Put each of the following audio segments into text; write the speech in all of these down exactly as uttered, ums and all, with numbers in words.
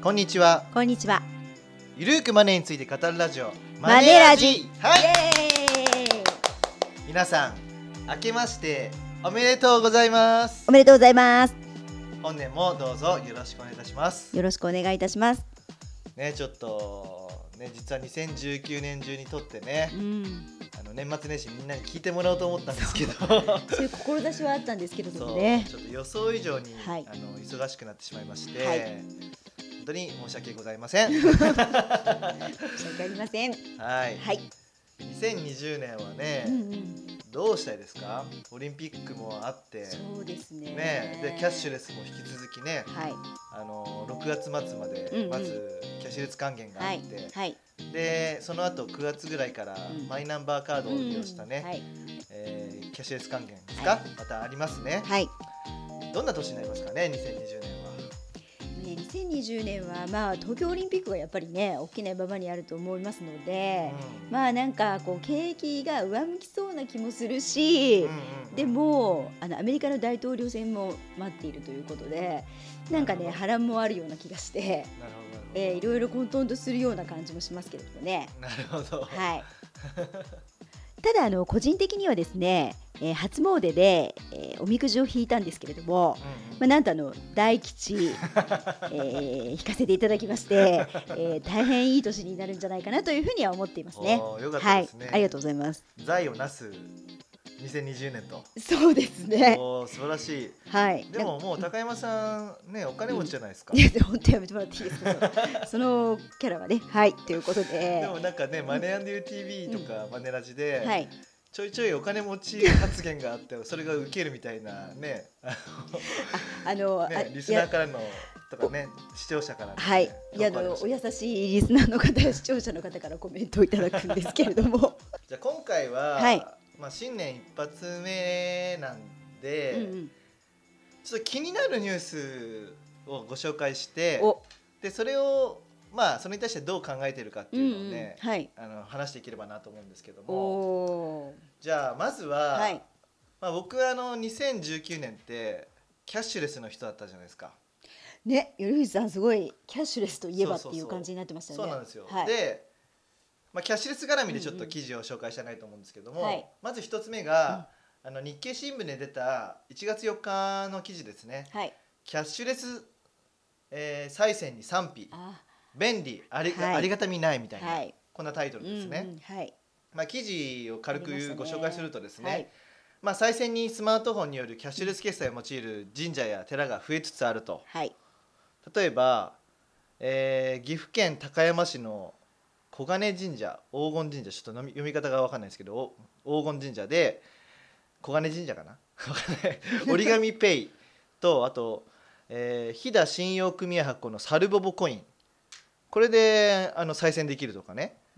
こんにちは。 こんにちは。 ゆるーくマネーについて語るラジオマネラジ。 はい、 イエーイ。 皆さん明けましておめでとうございます。 おめでとうございます。 本年もどうぞよろしくお願いいたします。 よろしくお願いいたします。 ね、ちょっとね、実はにせんじゅうきゅうねん中にとってね、 うん、 あの年末年始みんなに聞いてもらおうと思ったんですけどそういう志はあったんですけれどもね、 そうちょっと予想以上に、 はい、 あの忙しくなってしまいまして、 はい、 本当に申し訳ございません申し訳ありません。 はい、 はい、 にせんにじゅうねんはね、 うんうん、 どうしたいですか？オリンピックもあって、 そうですね。 ね、でキャッシュレスも引き続きね、 はい、 あのろくがつ末までまずキャッシュレス還元があって、 はいはい、 でその後くがつぐらいからマイナンバーカードを利用したね、 うんうん、はい、 えー、キャッシュレス還元ですか、はい、またありますね。はい、どんな年になりますかね、にせんにじゅうねんは。 にせんにじゅうねんは、まあ、東京オリンピックがやっぱりね大きな馬場にあると思いますので、うん、まあなんかこう景気が上向きそうな気もするし、うんうんうん、でもあのアメリカの大統領選も待っているということでなんかね波乱もあるような気がして、えー、いろいろ混沌とするような感じもしますけれどもね。 なるほど、 はいただあの個人的にはですね、えー、初詣で、えー、おみくじを引いたんですけれども、うんうん、まあ、なんとあの大吉、えー、引かせていただきまして、えー、大変いい年になるんじゃないかなというふうには思っていますね。 よかったですね、 はい、ありがとうございます。 財をなすにせんにじゅうねんと。 そうですね。 お素晴らしい。 はい。 でももう高山さんね、お金持ちじゃないですか。 いや本当やめてもらっていいですか。そのキャラはね、はいということで。 でもなんかね、マネ&ユーティービー とか、うん、マネラジで、 はい、 ちょいちょいお金持ち発言があってそれが受けるみたいなね。あ, あのねリスナーからのとかね、視聴者からの、ね、 はい、いやあのお優しいリスナーの方や視聴者の方からコメントをいただくんですけれどもじゃあ今回は、はい、まあ、新年一発目なんで、うんうん、ちょっと気になるニュースをご紹介してでそれをまあそれに対してどう考えているかっていうのをね、うんうん、はい、あの話していければなと思うんですけども、じゃあまずは、はい、まあ、僕はあのにせんじゅうきゅうねんってキャッシュレスの人だったじゃないですか。 ね、頼藤さんすごいキャッシュレスといえばっていう感じになってましたよね。 そうなんですよ、はい、で、まあ、キャッシュレス絡みでちょっと記事を紹介したいなと思うんですけども、うんうん、まず一つ目が、うん、あの日経新聞で出たいちがつよっかの記事ですね、はい、キャッシュレス、えー、債銭に賛否、便利 あり、はい、ありがたみないみたいな、はい、こんなタイトルですね、うんうん、はい、まあ、記事を軽くご紹介するとですね、はい、まあ、債銭にスマートフォンによるキャッシュレス決済を用いる神社や寺が増えつつあると、はい、例えば、えー、岐阜県高山市の小金神社、黄金神社、ちょっと読み方が分かんないですけど黄金神社で小金神社かな折り紙ペイとあと、えー、飛騨信用組合発行のサルボボコイン、これであの再選できるとかね、うん、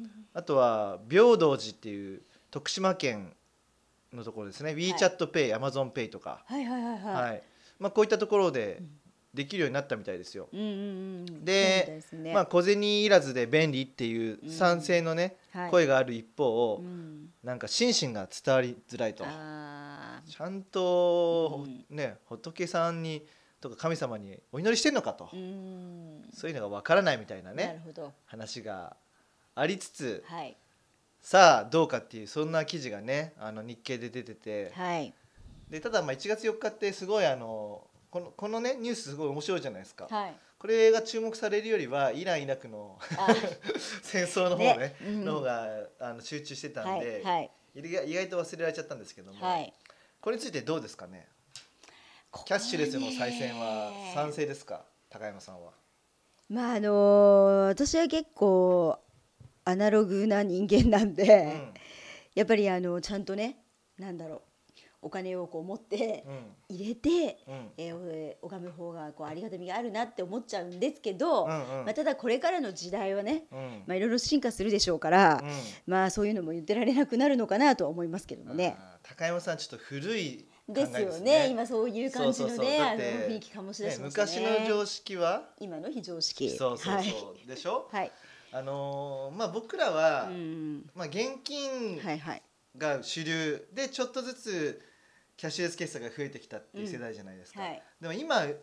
あとは平等寺っていう徳島県のところですね、 WeChat Pay、Amazon Pay とか、はいはいはいはい、はい、まあ、こういったところでできるようになったみたいですよ、うんうんうん、で、ね、まあ、小銭いらずで便利っていう賛成のね、うん、はい、声がある一方、うん、なんか心身が伝わりづらいと、あちゃんと、ね、うん、仏さんにとか神様にお祈りしてんのかと、うん、そういうのがわからないみたいなね、なるほど、話がありつつ、はい、さあどうかっていうそんな記事がね、あの日経で出てて、はい、でただまあいちがつよっかってすごいあのこの、このねニュースすごい面白いじゃないですか、はい、これが注目されるよりはイラン・イラクの戦争の方、ねね、うん、の方があの集中してたんで、はいはい、意外と忘れられちゃったんですけども、はい、これについてどうですかね。キャッシュレスの再選は賛成ですか、高山さんは。 まああのー、私は結構アナログな人間なんで、うん、やっぱりあのちゃんとね、なんだろう、お金をこう持って入れて、うん、えー、拝む方がこうありがたみがあるなって思っちゃうんですけど、うんうん、まあ、ただこれからの時代はね、うん、まあ、いろいろ進化するでしょうから、うん、まあそういうのも言ってられなくなるのかなとは思いますけどもね。 高山さんちょっと古い考えですね。ですよね。今そういう感じのね、そうそうそう、あの雰囲気醸し出しましたね。 ね、昔の常識は今の非常識。 そうそうそう、はい、でしょ。はい。あのー、まあ僕らは、うん、まあ現金が主流でちょっとずつキャッシュレス決済が増えてきたっていう世代じゃないですか、うん、はい、でも今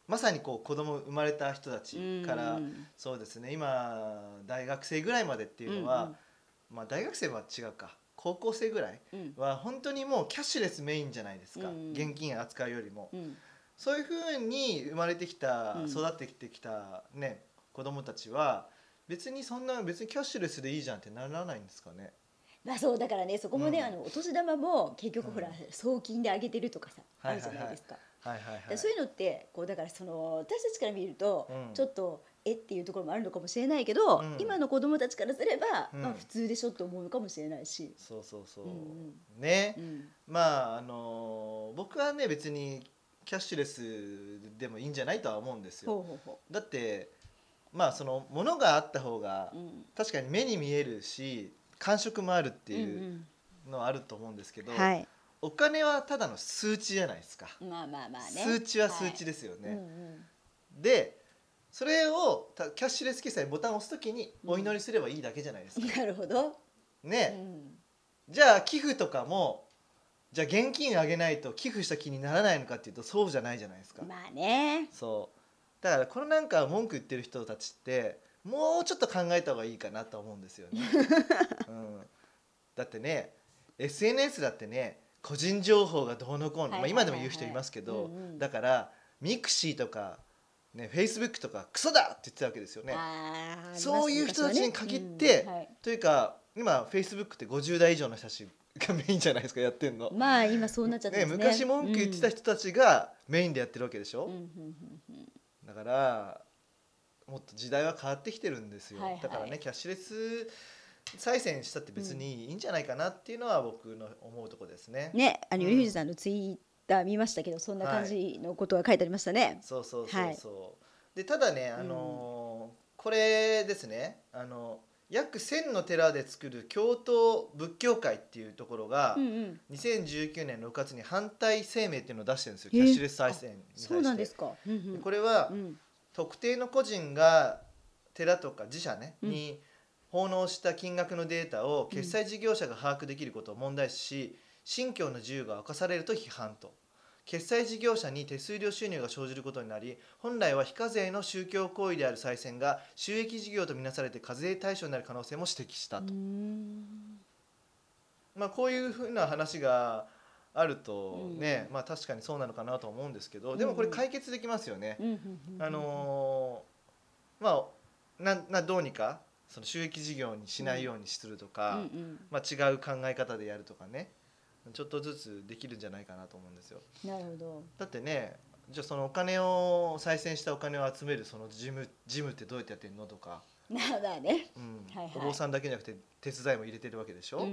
まさにこう子供生まれた人たちから、うんうん、そうですね今大学生ぐらいまでっていうのは、うんうん、まあ大学生は違うか高校生ぐらいは本当にもうキャッシュレスメインじゃないですか、うんうん、現金扱うよりも、うん、そういうふうに生まれてきた、うん、育ってきてきたね子供たちは別にそんな別にキャッシュレスでいいじゃんってならないんですかね。 まあそうだからねそこもね、うん、あのお年玉も結局ほら、うん、送金であげてるとかさ、あるじゃないですか。はいはいはい、そういうのってこうだからその私たちから見ると、うん、ちょっとえっていうところもあるのかもしれないけど、うん、今の子供たちからすれば、うん、まあ、普通でしょって思うのかもしれないし、 そうそうそう、うんうん、ね、うん、まああの僕はね別にキャッシュレスでもいいんじゃないとは思うんですよ。ほうほうほう。だってまあその物があった方が確かに目に見えるし感触もあるっていうのはあると思うんですけど、うんうん、はい、お金はただの数値じゃないですか。 まあまあまあね、 数値は数値ですよね、はい、うんうん、でそれをキャッシュレス決済ボタンを押すときにお祈りすればいいだけじゃないですか、 うん、なるほどね、うん、じゃあ寄付とかもじゃあ現金あげないと寄付した気にならないのかっていうとそうじゃないじゃないですか。 まあね、 そうだからこのなんか文句言ってる人たちってもうちょっと考えた方がいいかなと思うんですよね、うん、だってね エスエヌエス だってね個人情報がどうのこうの、まあ、今でも言う人いますけど、うんうん、だからミクシーとか、ね、フェイスブックとかクソだって言ってたわけですよね。そういう人たちに限って、ね、うん、はい、というか今フェイスブックってごじゅう代以上の人たちがメインじゃないですかやってんの。 まあ今そうなっちゃってますね。ね、 昔文句言ってた人たちがメインでやってるわけでしょ、うん、だからもっと時代は変わってきてるんですよ、はいはい、だからねキャッシュレス再選したって別にいいんじゃないかなっていうのは僕の思うところですね。 ね、あの頼藤さんのツイッター見ましたけど、そんな感じのことが書いてありましたね。はい、 そうそうそうそう、はい、でただね、あのーうん、これですね、あの約せんの寺で作る京都仏教会っていうところが、うんうん、にせんじゅうきゅうねんろくがつに反対声明っていうのを出してるんですよ、キャッシュレス再選に対して。 そうなんですか、うんうん、 これは、うん、特定の個人が寺とか自社、ね、うん、に奉納した金額のデータを決済事業者が把握できることを問題視し、信教の自由が侵されると批判と。決済事業者に手数料収入が生じることになり、本来は非課税の宗教行為である再選が収益事業とみなされて課税対象になる可能性も指摘したと。まあ、こういうふうな話があるとね、まあ、確かにそうなのかなと思うんですけど、でもこれ解決できますよね。あのー、まあななどうにかその収益事業にしないようにするとか、うんうん、まあ、違う考え方でやるとかね、ちょっとずつできるんじゃないかなと思うんですよ。 なるほど。 だってね、じゃあそのお金を再選したお金を集めるその事務事務ってどうやってやってんのとか、 なんだね、 うん、はいはい、お坊さんだけじゃなくて手伝いも入れてるわけでしょ、うんうんうん、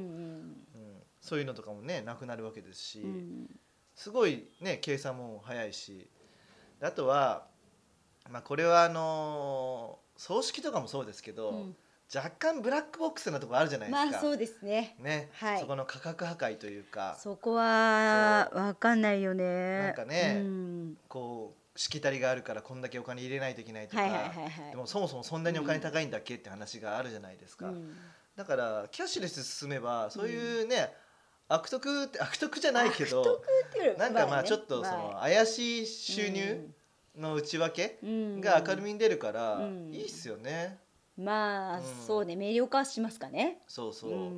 そういうのとかもねなくなるわけですし、うん、すごいね計算も早いし、あとは、まあ、これはあの葬式とかもそうですけど、うん、若干ブラックボックスなところあるじゃないですか。 まあそうですね。 ね、はい、そこの価格破壊というか、 そこは分かんないよね。 なんかね、うん、こうしきたりがあるからこんだけお金入れないといけないとか、はいはいはいはい、でもそもそもそんなにお金高いんだっけって話があるじゃないですか。うん、だからキャッシュレス進めばそういうね、うん、悪徳って悪徳じゃないけど、なんかまあちょっとその怪しい収入の内訳が明るみに出るからいいっすよね。 まあ、うん、そうね、明瞭化しますかね。 そうそう、うん、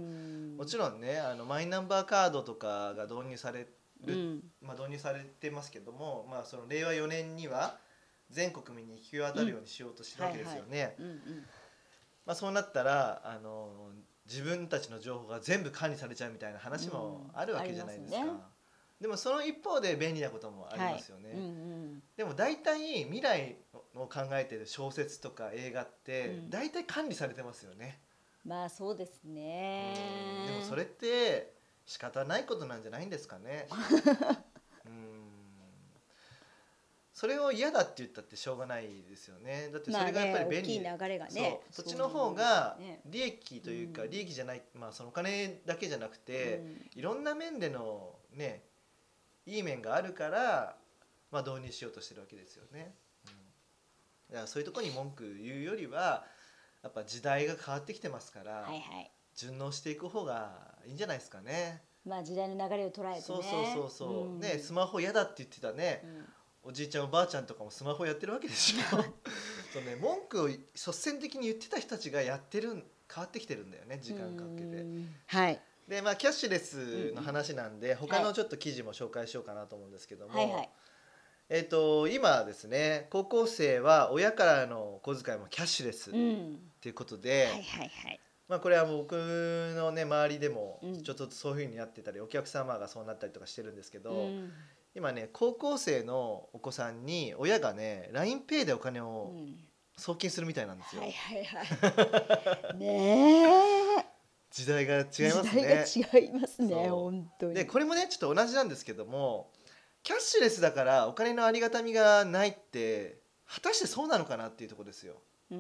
もちろんねあのマイナンバーカードとかが導入される、うん、まあ、導入されてますけども、まあ、そのれいわよねんには全国民に行き渡るようにしようとしてるわけですよね。そうなったらあの自分たちの情報が全部管理されちゃうみたいな話もあるわけじゃないですか。うん、でもその一方で便利なこともありますよね。はい、うんうん、でも大体未来を考えている小説とか映画って大体管理されてますよね。 うん、まあそうですね。 でもそれって仕方ないことなんじゃないんですかね。うん、それを嫌だって言ったってしょうがないですよね。だってそれがやっぱり便利、 まあね、大きい流れがね、 そう、そっちの方が利益というか、うん、利益じゃない、まあ、そのお金だけじゃなくて、うん、いろんな面でのねいい面があるから、まあ、導入しようとしてるわけですよね。うん、だからそういうところに文句言うよりはやっぱ時代が変わってきてますから、はいはい、順応していく方がいいんじゃないですかね。 まあ時代の流れを捉えてね。 そうそうそうそう、うん、ね、スマホ嫌だって言ってたね、 おじいちゃんおばあちゃんとかもスマホやってるわけでしょそう、ね、文句を率先的に言ってた人たちがやってる変わってきてるんだよね、時間かけて。 はいでまあ、キャッシュレスの話なんで、うん、他のちょっと記事も紹介しようかなと思うんですけども、はいはい、えー、と今ですね、高校生は親からの小遣いもキャッシュレスっていうことで、うん、はいはいはい、まあ、これは僕の、ね、周りでもちょっとそういう風になってたり、うん、お客様がそうなったりとかしてるんですけど、うん、今ね高校生のお子さんに親がね ラインペイ でお金を送金するみたいなんですよ、うん、はいはいはいねえ時代が違いますね。 時代が違いますね、本当に。 でこれもねちょっと同じなんですけども、キャッシュレスだからお金のありがたみがないって果たしてそうなのかなっていうところですよ。うん、うん、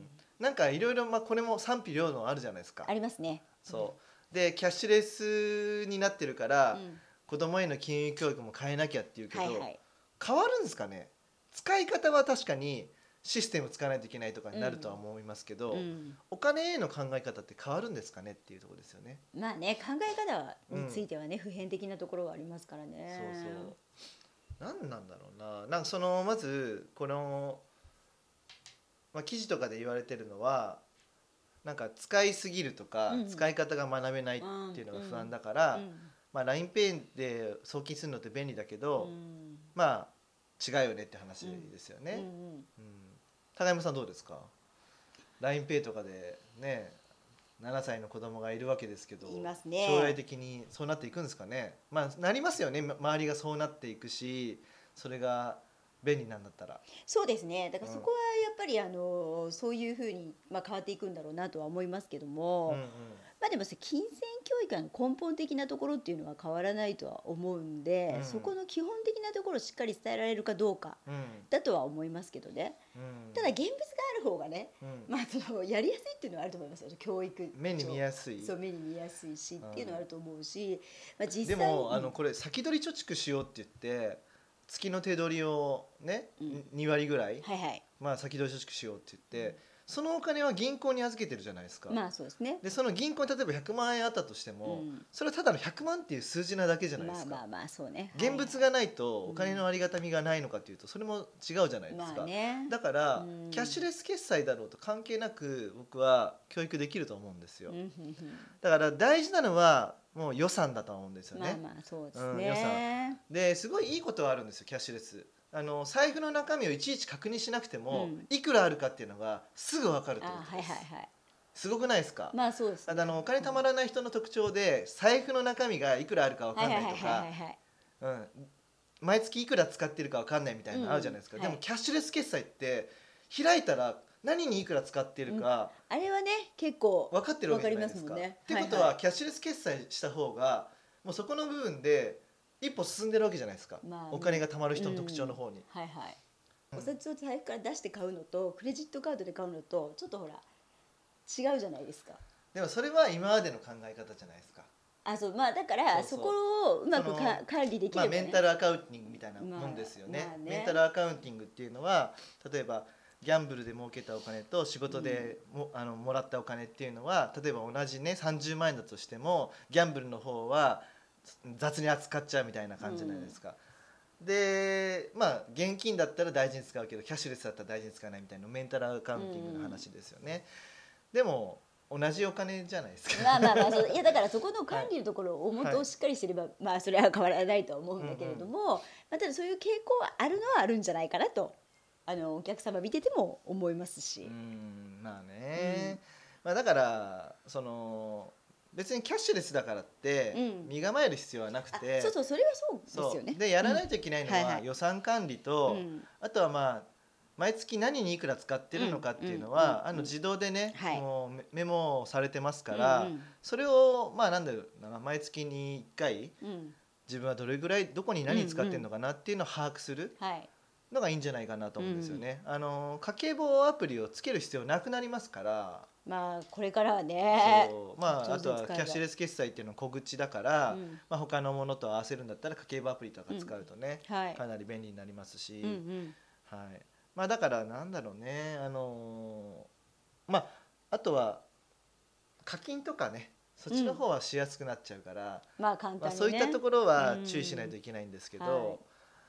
なんかいろいろこれも賛否両論あるじゃないですか。 ありますね。 そう、でキャッシュレスになってるから、うん、子供への金融教育も変えなきゃっていうけど、はいはい、変わるんですかね。使い方は確かにシステム使わないといけないとかになるとは思いますけど、うんうん、お金への考え方って変わるんですかねっていうところですよね。 まあね、考え方についてはね、うん、普遍的なところはありますからね。 そうそう、何なんだろうな。なんかそのまずこの、まあ、記事とかで言われてるのは、なんか使いすぎるとか、うん、使い方が学べないっていうのが不安だから、うんうん、まあ、ラインペイ で送金するのって便利だけど、うん、まあ違うよねって話ですよね。うんうんうん、高山さんどうですか。 ラインペイ とかでねななさいの子供がいるわけですけど、いますね、将来的にそうなっていくんですかね。まあなりますよね、周りがそうなっていくし、それが便利なんだったら。 そうですね、だからそこはやっぱり、うん、あのそういうふうに、まあ、変わっていくんだろうなとは思いますけども、うんうん、まあでも金銭教育の根本的なところっていうのは変わらないとは思うんで、うん、そこの基本的なところをしっかり伝えられるかどうかだとは思いますけどね、うん、ただ現物がある方がね、うん、まあ、そのやりやすいっていうのはあると思いますよ。教育目に見やすい、 そう目に見やすいしっていうのはあると思うし、まあ、実際でもあのこれ先取り貯蓄しようって言って月の手取りをね、うん、にわりぐらい、はいはい、まあ、先取り貯蓄しようって言って、うん、そのお金は銀行に預けてるじゃないですか。 まあそうですね。 でその銀行に例えばひゃくまんえんあったとしても、うん、それはただのひゃくまんっていう数字なだけじゃないですか。 まあまあまあそうね、 現物がないとお金のありがたみがないのかっていうとそれも違うじゃないですか、まあね、だから、うん、キャッシュレス決済だろうと関係なく僕は教育できると思うんですよ、うん、だから大事なのはもう予算だと思うんですよね。 まあまあそうですね、うん、予算ですごいいいことはあるんですよキャッシュレス。あの財布の中身をいちいち確認しなくても、うん、いくらあるかっていうのがすぐ分かるってことです。はいはいはい、すごくないですか。 まあそうですね、 あのお金たまらない人の特徴で財布の中身がいくらあるか分かんないとか、毎月いくら使ってるか分かんないみたいなのあるじゃないですか、うん、でもキャッシュレス決済って開いたら何にいくら使ってるか、 うん、あれはね結構分かってるわけじゃないですか。ね、ってことは、はいはい、キャッシュレス決済した方がもうそこの部分で一歩進んでるわけじゃないですか、まあね、お金が貯まる人の特徴の方に、うん、 はいはい、うん、お札を財布から出して買うのとクレジットカードで買うのとちょっとほら違うじゃないですか。 でもそれは今までの考え方じゃないですか。 あ、そう、まあだからそこをうまくか管理できればね、 まあ、メンタルアカウンティングみたいなもんですよね、まあまあね、メンタルアカウンティングっていうのは例えばギャンブルで儲けたお金と仕事で も,、うん、あのもらったお金っていうのは例えば同じねさんじゅうまんえんだとしてもギャンブルの方は雑に扱っちゃうみたいな感じじゃないですか、うん、でまあ現金だったら大事に使うけどキャッシュレスだったら大事に使わないみたいなメンタルアカウンティングの話ですよね、うん、でも同じお金じゃないですか。 まあまあまあそういやだからそこの管理のところを元をしっかりすれば、はい、まあそれは変わらないとは思うんだけれども、うんうん、まあ、ただそういう傾向はあるのはあるんじゃないかなとあのお客様見てても思いますし、うんまあね、うん、まあ、だからその別にキャッシュレスだからって身構える必要はなくて、 うん、そうそうそれはそうですよね。 でやらないといけないのは予算管理と、うん、あとはまあ毎月何にいくら使ってるのかっていうのは、うん、あの自動でね、はい、もうメモされてますから、うんうん、それをまあなんだろうな毎月にいっかい、うん、自分はどれぐらいどこに何使ってるのかなっていうのを把握するのがいいんじゃないかなと思うんですよね、うん、あの家計簿アプリをつける必要なくなりますから。 まあこれからはね、 そう、まあ、あとはキャッシュレス決済っていうのは小口だから、うんまあ、他のものと合わせるんだったら家計簿アプリとか使うとね、うんはい、かなり便利になりますし、うんうんはいまあ、だからなんだろうね、あのー、まああとは課金とかねそっちの方はしやすくなっちゃうから、 うんまあ簡単にねまあ、そういったところは注意しないといけないんですけど、うんはい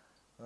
うん、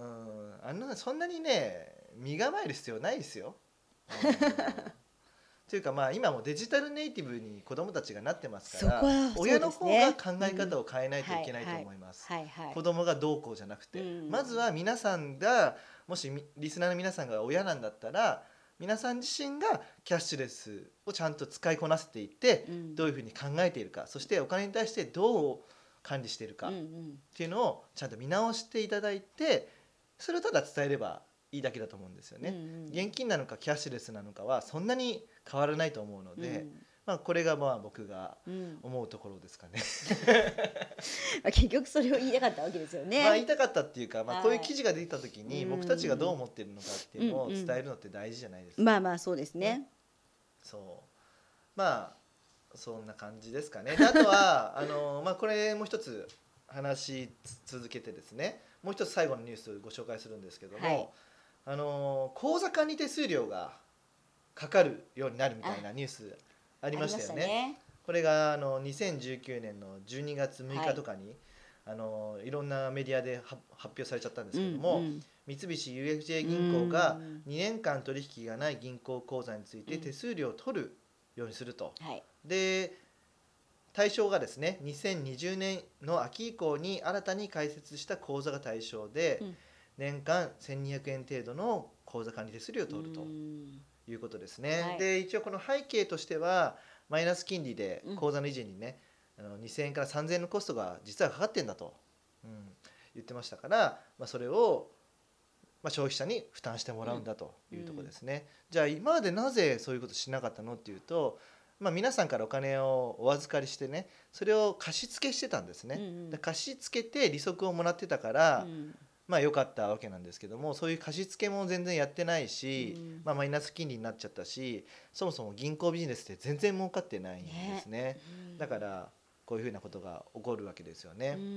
あのそんなにね身構える必要ないですよ。うん、というかまあ今もデジタルネイティブに子どもたちがなってますから、ね、親の方が考え方を変えないといけないと思います。子どもがどうこうじゃなくて、うん、まずは皆さんがもしリスナーの皆さんが親なんだったら皆さん自身がキャッシュレスをちゃんと使いこなせていって、うん、どういうふうに考えているか、そしてお金に対してどう管理しているかっていうのをちゃんと見直していただいて、それをただ伝えればいいだけだと思うんですよね、うんうん、現金なのかキャッシュレスなのかはそんなに変わらないと思うので、うん、まあ、これがまあ僕が思うところですかね、 うん、結局それを言いたかったわけですよね。 まあ言いたかったっていうか、まあ、こういう記事が出た時に僕たちがどう思ってるのかっていうのを伝えるのって大事じゃないですか、 うんうん、まあまあそうですね、 ね、そうまあそんな感じですかね。であとはあの、まあ、これもう一つ話し続けてですね、もう一つ最後のニュースをご紹介するんですけども、はい、あの口座管理手数料がかかるようになるみたいなニュースありましたよね。ね、これがあのにせんじゅうきゅうねんのじゅうにがつむいかとかに、はい、あのいろんなメディアで発表されちゃったんですけども、うんうん、三菱 ユーエフジェー 銀行がにねんかん取引がない銀行口座について手数料を取るようにすると、うんはい、で対象がですねにせんにじゅうねんの秋以降に新たに開設した口座が対象で、うん、年間せんにひゃくえん程度の口座管理手数料を取るということですね、はい、で一応この背景としてはマイナス金利で口座の維持にね、うん、あのにせんえんからさんぜんえんのコストが実はかかってんだと、うん、言ってましたから、まあ、それをまあ、消費者に負担してもらうんだというところですね、うんうん、じゃあ今までなぜそういうことしなかったのっていうと、まあ、皆さんからお金をお預かりしてね、それを貸し付けしてたんですね、うんうん、で貸し付けて利息をもらってたから、うん、まあ良かったわけなんですけども、そういう貸し付けも全然やってないし、うん、まあ、マイナス金利になっちゃったし、そもそも銀行ビジネスって全然儲かってないんですね、ね、うん、だからこういうふうなことが起こるわけですよね、うん、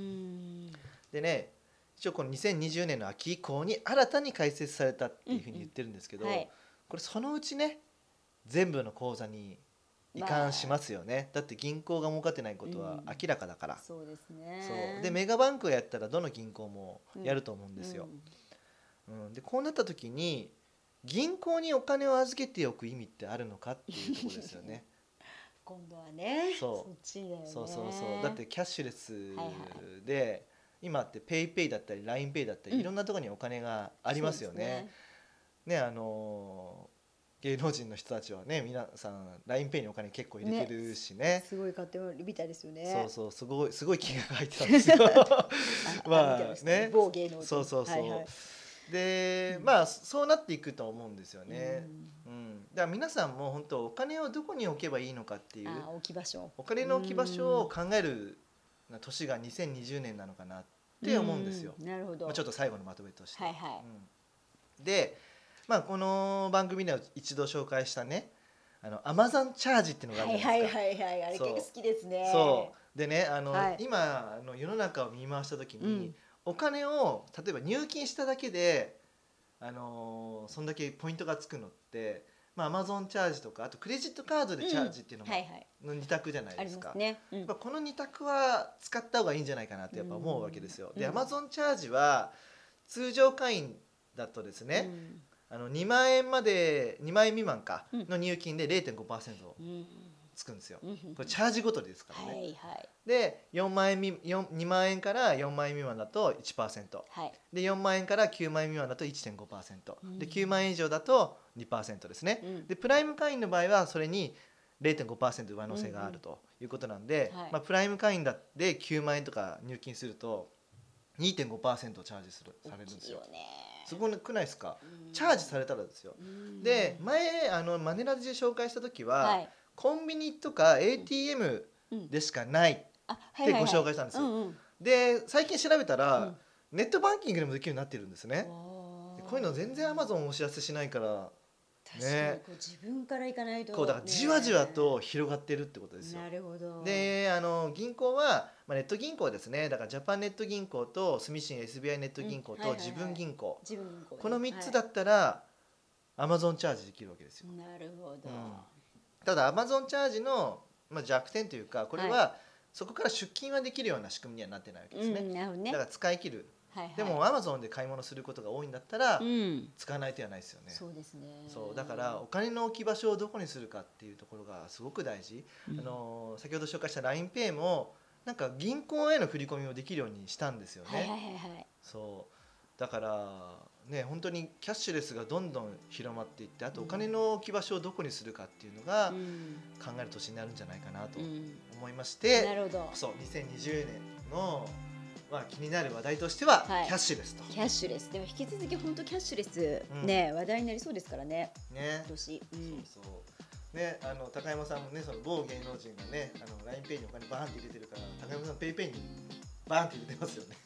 でね一応このにせんにじゅうねんの秋以降に新たに開設されたっていうふうに言ってるんですけど、うんうんはい、これそのうちね全部の口座に移管しますよね、まあ、だって銀行が儲かってないことは明らかだから、うん、 そうですね。 そうでメガバンクをやったらどの銀行もやると思うんですよ、うんうん、でこうなった時に銀行にお金を預けておく意味ってあるのかっていうところですよね今度はねそうそっちだよね。 そうそうそうだってキャッシュレスで、はいはい、今って ペイペイ だったり ラインペイ だったり、うん、いろんなところにお金がありますよね。ね、あの芸能人の人たちはね皆さん ラインペイ にお金結構入れてるし ね, ねすごい買ってるみたいですよね。 そうそうすごいすごい金額入ってたんですよまあね某芸能人そうそうそう、はいはい、で、うん、まあそうなっていくと思うんですよね、うんうん、だから皆さんも本当お金をどこに置けばいいのかっていうあ置き場所お金の置き場所を考える年がにせんにじゅうねんなのかなって思うんですよ。 なるほど、 まあ、ちょっと最後のまとめとして、 はいはいうん、で、まあ、この番組では一度紹介したねあのアマゾンチャージっていうのがあるじゃないですか。 はいはいはいはいあれ結構好きですね。 そうでねあの、はい、今あの世の中を見回した時に、うん、お金を例えば入金しただけであのそんだけポイントがつくのってまあ、アマゾンチャージとかあとクレジットカードでチャージっていうのも、うんはいはい、のに択じゃないですか。ねうん、このに択は使った方がいいんじゃないかなってやっぱ思うわけですよ。で、アマゾンチャージは通常会員だとですね、うん、あのにまんえんまでにまんえん未満かの入金で れいてんごパーセント つくんですよ。これチャージごとですからね。はいはい、でよんまんえんにまんえんからよんまんえん未満だと いちパーセント、はい、でよんまんえんからきゅうまんえん未満だと いってんごパーセント、うん、できゅうまんえん以上だと にパーセント ですね、うん、でプライム会員の場合はそれに れいてんごパーセント 上乗せがあるということなんで、うんうんまあ、プライム会員だってきゅうまんえんとか入金すると にてんごパーセント チャージするされるんですよ。すごくないですか、うん、チャージされたらですよ、うん、で前あのマネラジで紹介した時は、はい、コンビニとか エーティーエム でしかないってご紹介したんですよ。で最近調べたら、うん、ネットバンキングでもできるようになってるんですね。こういうの全然 Amazon お知らせしないから確かにこう自分から行かないと、ね、 こうだからじわじわと広がってるってことですよ。 なるほど。 であの銀行は、まあ、ネット銀行ですね。だからジャパンネット銀行と住信 エスビーアイ ネット銀行と自分銀行、このみっつだったら Amazon チャージできるわけですよ。 なるほど、うん、 ただ Amazon チャージの、まあ、弱点というかこれは、はい、そこから出金はできるような仕組みにはなってないわけですね、うんなるほどね、だから使い切るはいはい、 でもアマゾンで買い物することが多いんだったら、うん、使わない手はないですよね。 そうですね。 そうだからお金の置き場所をどこにするかっていうところがすごく大事、うん、あの先ほど紹介した ラインペイ もなんか銀行への振り込みをできるようにしたんですよね、 はいはいはいはい、 そうだからね本当にキャッシュレスがどんどん広まっていって、あとお金の置き場所をどこにするかっていうのが考える年になるんじゃないかなと思いまして、 うん、なるほど。 そうにせんにじゅうねんのまあ、気になる話題としてはキャッシュレスと、 はい、キャッシュレスでも引き続き本当キャッシュレス、うん、ね話題になりそうですからね。 ね、 今年、うん、 そうそうね、あの高山さんもねその某芸能人がねあの ラインペイ にお金バーンって入れてるから高山さん ペイペイ にバーンって入れてますよね。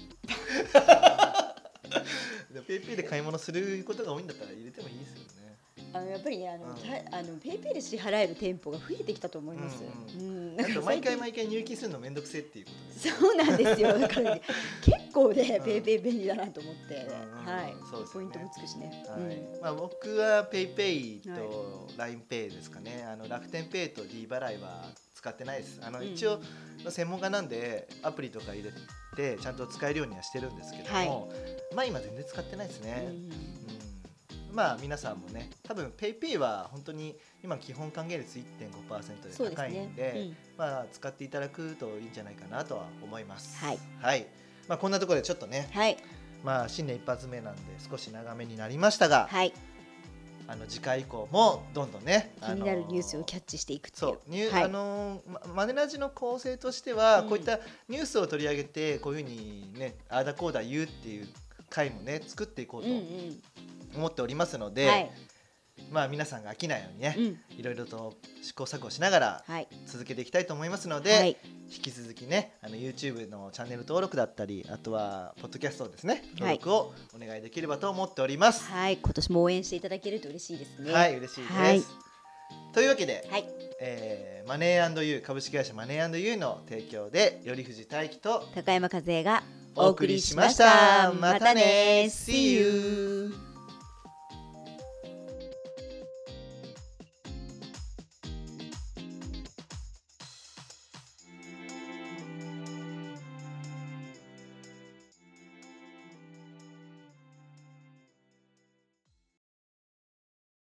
ペイペイ で買い物することが多いんだったら入れてもいいですよね。 あのやっぱりねあの、うん、あのペイペイで支払える店舗が増えてきたと思います。 うんうんうん、なんか毎回毎回入金するのめんどくせえっていうことです、 ね、そうなんですよ。だから、ね、結構ね、うん、ペイペイ便利だなと思って、うんはい、そうですね、ポイントもつくしね。 はいうんまあ、僕はペイペイと ラインペイ ですかね。あの楽天ペイと D 払いは使ってないです。あの一応専門家なんでアプリとか入れてちゃんと使えるようにはしてるんですけども、はい、まあ今全然使ってないですね。うんうんまあ皆さんもね多分 ペイペイ は本当に今基本還元率 いってんごパーセント で高いん で, で、ねうんまあ、使っていただくといいんじゃないかなとは思います。はい、はいまあ、こんなところでちょっとね、はいまあ、新年一発目なんで少し長めになりましたが、はい、あの次回以降もどんどんね気になるニュースをキャッチしていくっていうそうニュ、 はい、あのマネラジの構成としては、うん、こういったニュースを取り上げてこういうふうにねあーだこうだ言うっていう回もね作っていこうと、うんうん思っておりますので、はい、まあ皆さんが飽きないようにね、うん、いろいろと試行錯誤しながら続けていきたいと思いますので、はい、引き続きねあの YouTube のチャンネル登録だったりあとはポッドキャストですね登録をお願いできればと思っております。 はい、今年も応援していただけると嬉しいですね。 はい、嬉しいです。はい、というわけで、はいえー、マネー&ユー株式会社マネー&ユーの提供で頼藤大樹と高山和恵がお送りしました。またね。See you